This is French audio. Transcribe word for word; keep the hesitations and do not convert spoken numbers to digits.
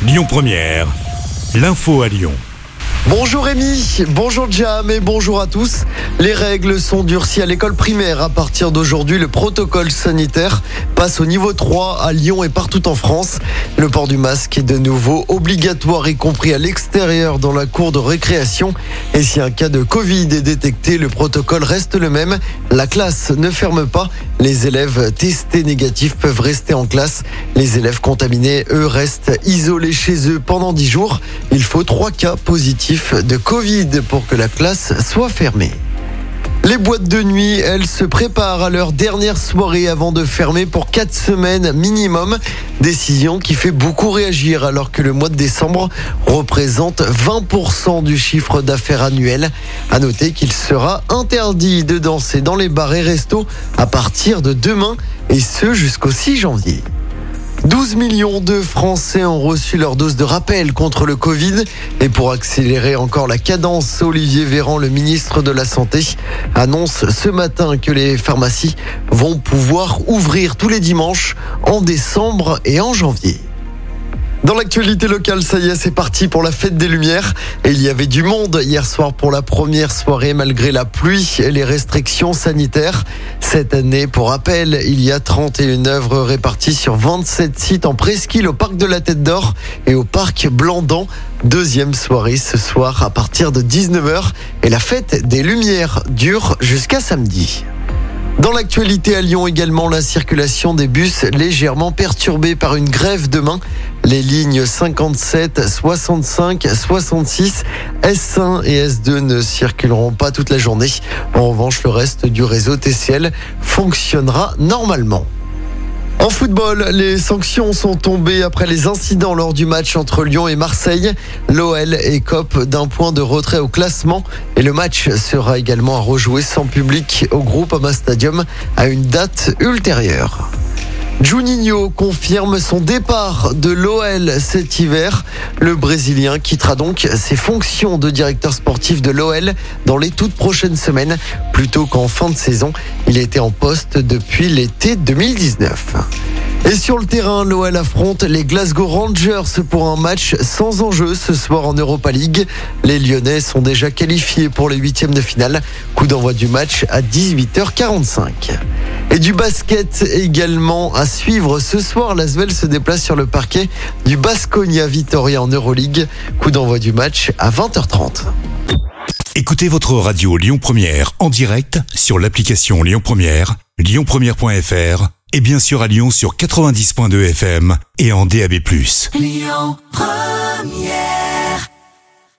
Lyon Première, l'info à Lyon. Bonjour Rémi, bonjour Jam et bonjour à tous. Les règles sont durcies à l'école primaire. À partir d'aujourd'hui, le protocole sanitaire passe au niveau trois à Lyon et partout en France. Le port du masque est de nouveau obligatoire, y compris à l'extérieur dans la cour de récréation. Et si un cas de Covid est détecté, le protocole reste le même. La classe ne ferme pas. Les élèves testés négatifs peuvent rester en classe. Les élèves contaminés, eux, restent isolés chez eux pendant dix jours. Il faut trois cas positifs de Covid pour que la classe soit fermée. Les boîtes de nuit, elles se préparent à leur dernière soirée avant de fermer pour quatre semaines minimum. Décision qui fait beaucoup réagir alors que le mois de décembre représente vingt pour cent du chiffre d'affaires annuel. À noter qu'il sera interdit de danser dans les bars et restos à partir de demain et ce jusqu'au six janvier. douze millions de Français ont reçu leur dose de rappel contre le Covid. Et pour accélérer encore la cadence, Olivier Véran, le ministre de la Santé, annonce ce matin que les pharmacies vont pouvoir ouvrir tous les dimanches en décembre et en janvier. Dans l'actualité locale, ça y est, c'est parti pour la fête des Lumières. Et il y avait du monde hier soir pour la première soirée malgré la pluie et les restrictions sanitaires. Cette année, pour rappel, il y a trente et une œuvres réparties sur vingt-sept sites en presqu'île au parc de la Tête d'Or et au parc Blandan. Deuxième soirée ce soir à partir de dix-neuf heures et la fête des Lumières dure jusqu'à samedi. Dans l'actualité à Lyon également, la circulation des bus légèrement perturbée par une grève demain. Les lignes cinquante-sept, soixante-cinq, soixante-six, S un et S deux ne circuleront pas toute la journée. En revanche, le reste du réseau T C L fonctionnera normalement. En football, les sanctions sont tombées après les incidents lors du match entre Lyon et Marseille. L'O L écope d'un point de retrait au classement et le match sera également à rejouer sans public au Groupama Stadium à une date ultérieure. Juninho confirme son départ de l'O L cet hiver. Le Brésilien quittera donc ses fonctions de directeur sportif de l'O L dans les toutes prochaines semaines, plutôt qu'en fin de saison. Il était en poste depuis l'été deux mille dix-neuf. Et sur le terrain, l'O L affronte les Glasgow Rangers pour un match sans enjeu ce soir en Europa League. Les Lyonnais sont déjà qualifiés pour les huitièmes de finale. Coup d'envoi du match à dix-huit heures quarante-cinq. Et du basket également à suivre. Ce soir, l'Asvel se déplace sur le parquet du Baskonia Vitoria en Euroleague. Coup d'envoi du match à vingt heures trente. Écoutez votre radio Lyon Première en direct sur l'application Lyon Première, lyon première point f r et bien sûr à Lyon sur quatre-vingt-dix virgule deux F M et en D A B plus. Lyon Première.